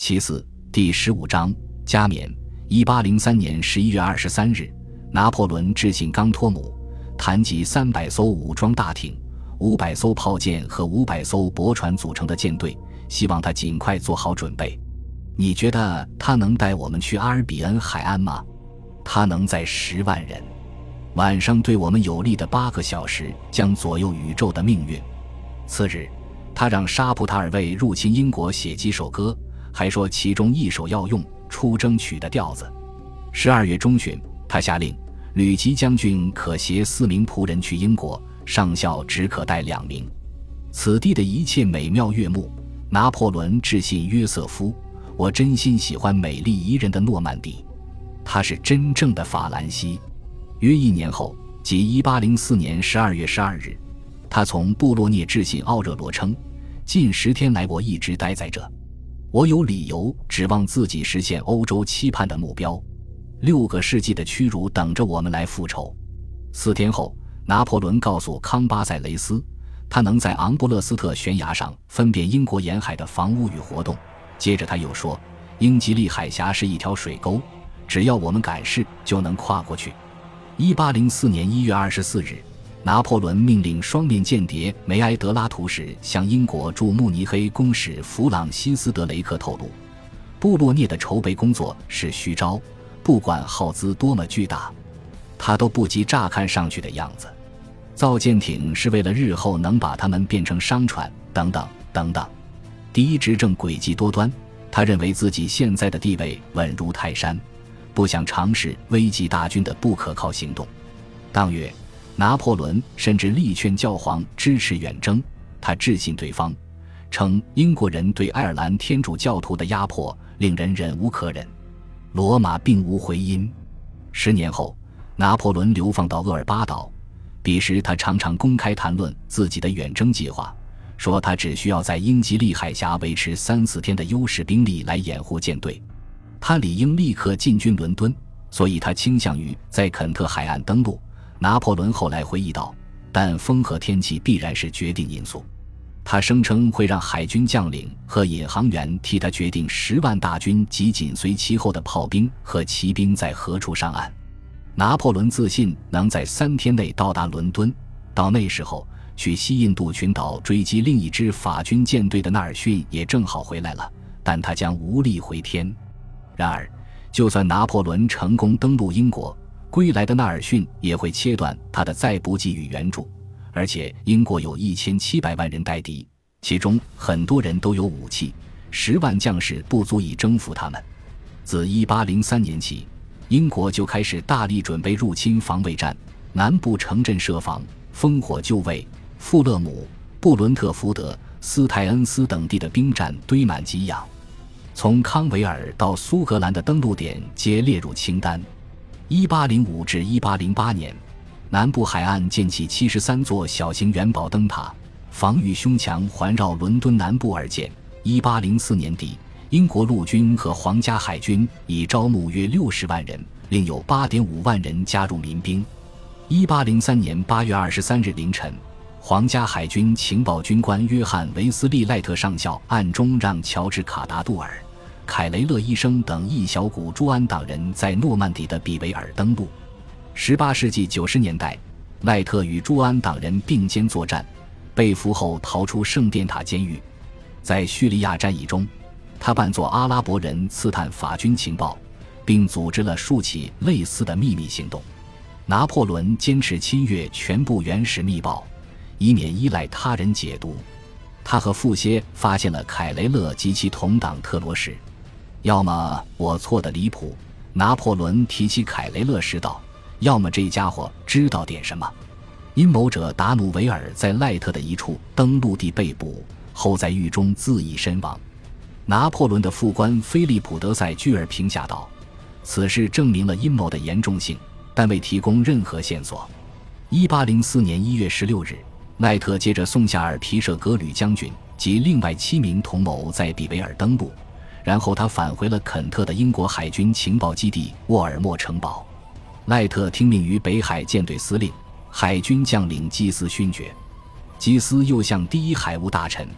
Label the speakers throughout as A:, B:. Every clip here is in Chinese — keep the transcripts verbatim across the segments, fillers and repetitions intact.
A: 其四，第十五章加冕。一八零三年十一月二十三日，拿破仑致信冈托姆，谈及三百艘武装大艇、五百艘炮舰和五百艘驳船组成的舰队，希望他尽快做好准备。你觉得他能带我们去阿尔比恩海岸吗？他能载十万人。晚上对我们有利的八个小时将左右宇宙的命运。次日，他让沙普塔尔为入侵英国写几首歌，还说其中一首要用出征曲的调子。十二月中旬，他下令吕吉将军可携四名仆人去英国，上校只可带两名。此地的一切美妙悦目。拿破仑致信约瑟夫，我真心喜欢美丽宜人的诺曼底，它是真正的法兰西。约一年后，即一八零四年十二月十二日，他从布洛涅致信奥热罗称，近十天来我一直待在这，我有理由指望自己实现欧洲期盼的目标。六个世纪的屈辱等着我们来复仇。四天后，拿破仑告诉康巴塞雷斯，他能在昂布勒斯特悬崖上分辨英国沿海的房屋与活动。接着他又说，英吉利海峡是一条水沟，只要我们敢试就能跨过去。一八零四年一月二十四日，拿破仑命令双面间谍梅埃德拉图什向英国驻慕尼黑公使弗朗西斯德雷克透露，布洛涅的筹备工作是虚招，不管耗资多么巨大，他都不及乍看上去的样子。造舰艇是为了日后能把它们变成商船，等等等等。第一执政诡计多端，他认为自己现在的地位稳如泰山，不想尝试危及大军的不可靠行动。当月，拿破仑甚至力劝教皇支持远征，他致信对方，称英国人对爱尔兰天主教徒的压迫令人忍无可忍。罗马并无回音。十年后，拿破仑流放到厄尔巴岛，彼时他常常公开谈论自己的远征计划，说他只需要在英吉利海峡维持三四天的优势兵力来掩护舰队。他理应立刻进军伦敦，所以他倾向于在肯特海岸登陆。拿破仑后来回忆道，但风和天气必然是决定因素。他声称会让海军将领和引航员替他决定十万大军及紧随其后的炮兵和骑兵在何处上岸。拿破仑自信能在三天内到达伦敦，到那时候去西印度群岛追击另一支法军舰队的纳尔逊也正好回来了，但他将无力回天。然而，就算拿破仑成功登陆英国，归来的纳尔逊也会切断他的再不给予援助，而且英国有一千七百万人待敌，其中很多人都有武器，十万将士不足以征服他们。自一八零三年起，英国就开始大力准备入侵防卫战，南部城镇设防，烽火就位，富勒姆、布伦特福德、斯泰恩斯等地的兵站堆满给养，从康维尔到苏格兰的登陆点皆列入清单。一八零五至一八零八年，南部海岸建起七十三座小型元宝灯塔，防御胸墙环绕伦敦南部而建。一八零四年底，英国陆军和皇家海军已招募约六十万人，另有 八点五万人加入民兵。一八零三年八月二十三日凌晨，皇家海军情报军官约翰·维斯利赖特上校暗中让乔治·卡达杜尔、凯雷勒医生等一小股朱安党人在诺曼底的比维尔登陆。十八世纪九十年代，赖特与朱安党人并肩作战，被俘后逃出圣殿塔监狱。在叙利亚战役中，他扮作阿拉伯人刺探法军情报，并组织了数起类似的秘密行动。拿破仑坚持侵阅全部原始密报，以免依赖他人解读。他和富歇发现了凯雷勒及其同党特罗什。要么我错得离谱，拿破仑提起凯雷勒时道，要么这家伙知道点什么。阴谋者达努维尔在赖特的一处登陆地被捕，后在狱中自缢身亡。拿破仑的副官菲利普·德塞居尔评价道，此事证明了阴谋的严重性，但未提供任何线索。一八零四年一月十六日，赖特接着宋夏尔皮舍格吕将军及另外七名同谋在比维尔登陆，然后他返回了肯特的英国海军情报基地沃尔默城堡。赖特听命于北海舰队司令、海军将领基斯勋爵，基斯又向第一海务大臣、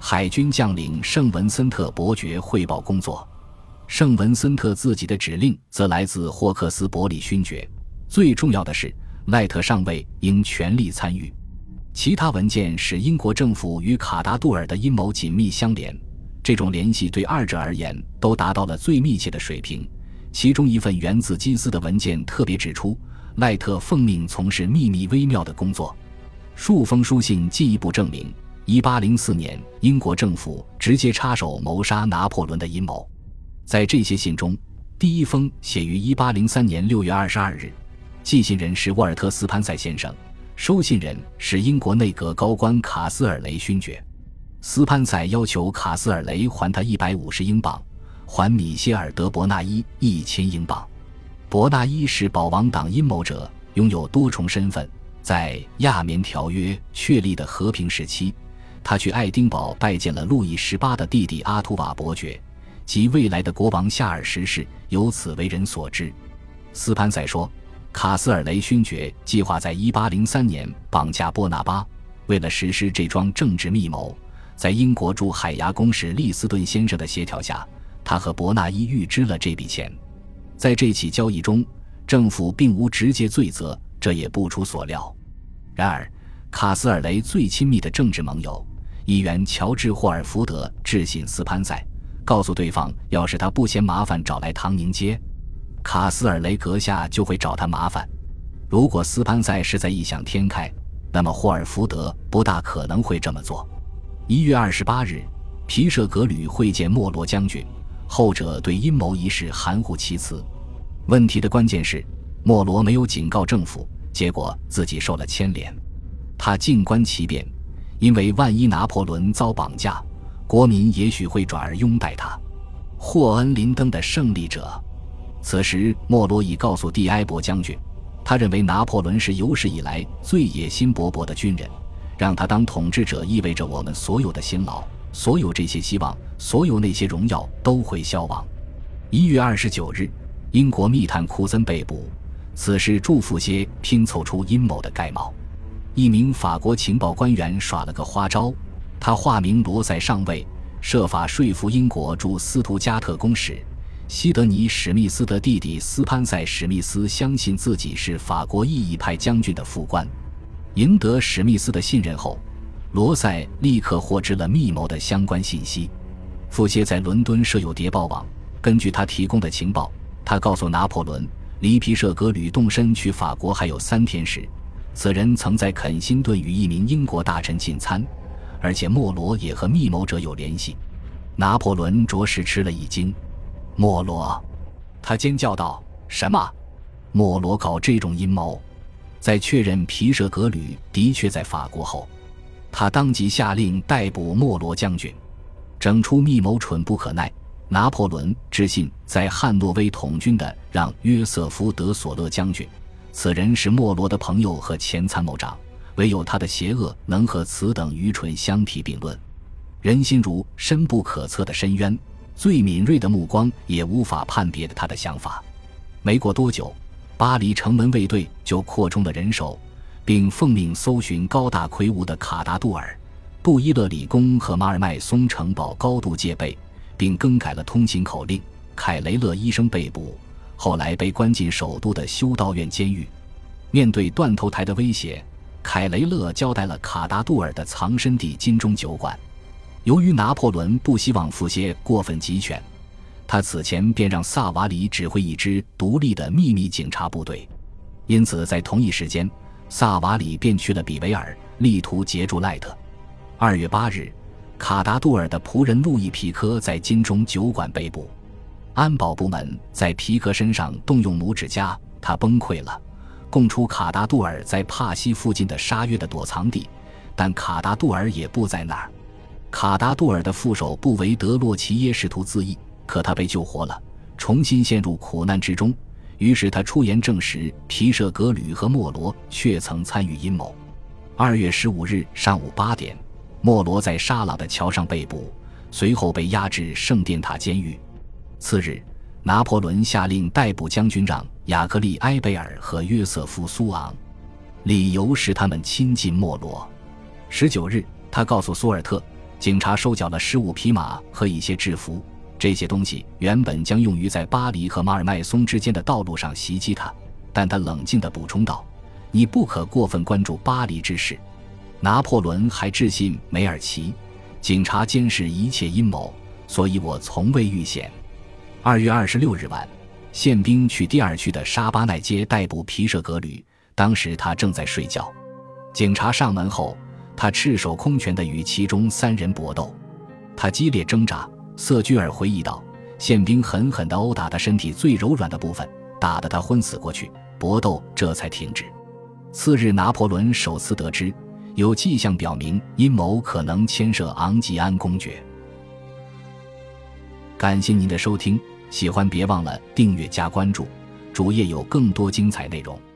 A: 海军将领圣文森特伯爵汇报工作。圣文森特自己的指令则来自霍克斯伯里勋爵。最重要的是，赖特上尉应全力参与。其他文件使英国政府与卡达杜尔的阴谋紧密相连，这种联系对二者而言都达到了最密切的水平。其中一份源自基斯的文件特别指出，赖特奉命从事秘密微妙的工作。数封书信进一步证明，一八零四年英国政府直接插手谋杀拿破仑的阴谋。在这些信中，第一封写于一八零三年六月二十二日，寄信人是沃尔特·斯潘塞先生，收信人是英国内阁高官卡斯尔雷勋爵。斯潘塞要求卡斯尔雷还他一百五十英镑，还米歇尔·德伯纳伊一千英镑。伯纳伊是保王党阴谋者，拥有多重身份。在亚眠条约确立的和平时期，他去爱丁堡拜见了路易十八的弟弟阿图瓦伯爵及未来的国王夏尔十世，由此为人所知。斯潘塞说，卡斯尔雷勋爵计划在一八零三年绑架波拿巴，为了实施这桩政治密谋，在英国驻海牙公使利斯顿先生的协调下，他和伯纳伊预支了这笔钱。在这起交易中，政府并无直接罪责，这也不出所料。然而，卡斯尔雷最亲密的政治盟友议员乔治·霍尔福德致信斯潘塞，告诉对方要是他不嫌麻烦找来唐宁街，卡斯尔雷阁下就会找他麻烦。如果斯潘塞是在异想天开，那么霍尔福德不大可能会这么做。一月二十八日，皮舍格吕会见莫罗将军，后者对阴谋一事含糊其辞。问题的关键是，莫罗没有警告政府，结果自己受了牵连。他静观其变，因为万一拿破仑遭绑架，国民也许会转而拥戴他。霍恩林登的胜利者。此时莫罗已告诉蒂埃博将军，他认为拿破仑是有史以来最野心勃勃的军人，让他当统治者意味着我们所有的辛劳，所有这些希望，所有那些荣耀都会消亡。一月二十九日，英国密探库森被捕，此事助福些拼凑出阴谋的盖帽。一名法国情报官员耍了个花招，他化名罗塞上尉，设法说服英国驻斯图加特公使西德尼·史密斯的弟弟斯潘塞·史密斯相信自己是法国异议派将军的副官。赢得史密斯的信任后，罗塞立刻获知了密谋的相关信息。富歇在伦敦设有谍报网，根据他提供的情报，他告诉拿破仑，离皮舍格吕动身去法国还有三天时，此人曾在肯辛顿与一名英国大臣进餐，而且莫罗也和密谋者有联系。拿破仑着实吃了一惊。莫罗，他尖叫道，什么？莫罗搞这种阴谋？在确认皮舍格吕的确在法国后，他当即下令逮捕莫罗将军。整出密谋蠢不可耐，拿破仑致信在汉诺威统军的让约瑟夫·德索勒将军，此人是莫罗的朋友和前参谋长，唯有他的邪恶能和此等愚蠢相提并论。人心如深不可测的深渊，最敏锐的目光也无法判别他的想法。没过多久，巴黎城门卫队就扩充了人手，并奉命搜寻高大魁梧的卡达杜尔。布伊勒里宫和马尔麦松城堡高度戒备，并更改了通行口令。凯雷勒医生被捕，后来被关进首都的修道院监狱。面对断头台的威胁，凯雷勒交代了卡达杜尔的藏身地金钟酒馆。由于拿破仑不希望富歇过分集权，他此前便让萨瓦里指挥一支独立的秘密警察部队，因此在同一时间，萨瓦里便去了比维尔，力图截住赖特。二月八日，卡达杜尔的仆人路易皮科在金钟酒馆被捕，安保部门在皮科身上动用拇指夹，他崩溃了，供出卡达杜尔在帕西附近的沙约的躲藏地，但卡达杜尔也不在那儿。卡达杜尔的副手布维德洛齐耶试图自缢，可他被救活了，重新陷入苦难之中。于是他出言证实皮舍格吕和莫罗确曾参与阴谋。二月十五日上午八点，莫罗在沙朗的桥上被捕，随后被押至圣殿塔监狱。次日，拿破仑下令逮捕将军让、雅克利埃贝尔和约瑟夫苏昂，理由是他们亲近莫罗。十九日，他告诉苏尔特， 警察收缴了十五匹马和一些制服，这些东西原本将用于在巴黎和马尔麦松之间的道路上袭击他，但他冷静地补充道：你不可过分关注巴黎之事。拿破仑还致信梅尔奇，警察监视一切阴谋，所以我从未遇险。二月二十六日晚，宪兵去第二区的沙巴奈街逮捕皮舍格吕，当时他正在睡觉。警察上门后，他赤手空拳地与其中三人搏斗，他激烈挣扎。瑟居尔回忆道，宪兵狠狠地殴打他身体最柔软的部分，打得他昏死过去，搏斗这才停止。次日，拿破仑首次得知有迹象表明阴谋可能牵涉昂吉安公爵。感谢您的收听，喜欢别忘了订阅加关注，主页有更多精彩内容。